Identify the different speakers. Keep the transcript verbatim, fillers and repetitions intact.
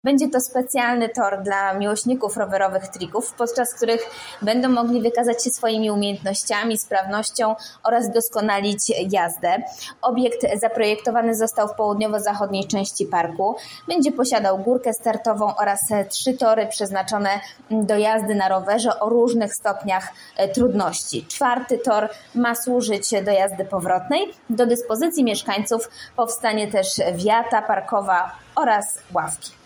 Speaker 1: Będzie to specjalny tor dla miłośników rowerowych trików, podczas których będą mogli wykazać się swoimi umiejętnościami, sprawnością oraz doskonalić jazdę. Obiekt zaprojektowany został w południowo-zachodniej części parku. Będzie posiadał górkę startową oraz trzy tory przeznaczone do jazdy na rowerze o różnych stopniach trudności. Czwarty tor ma służyć do jazdy powrotnej. Do dyspozycji mieszkańców powstanie też wiata parkowa oraz ławki.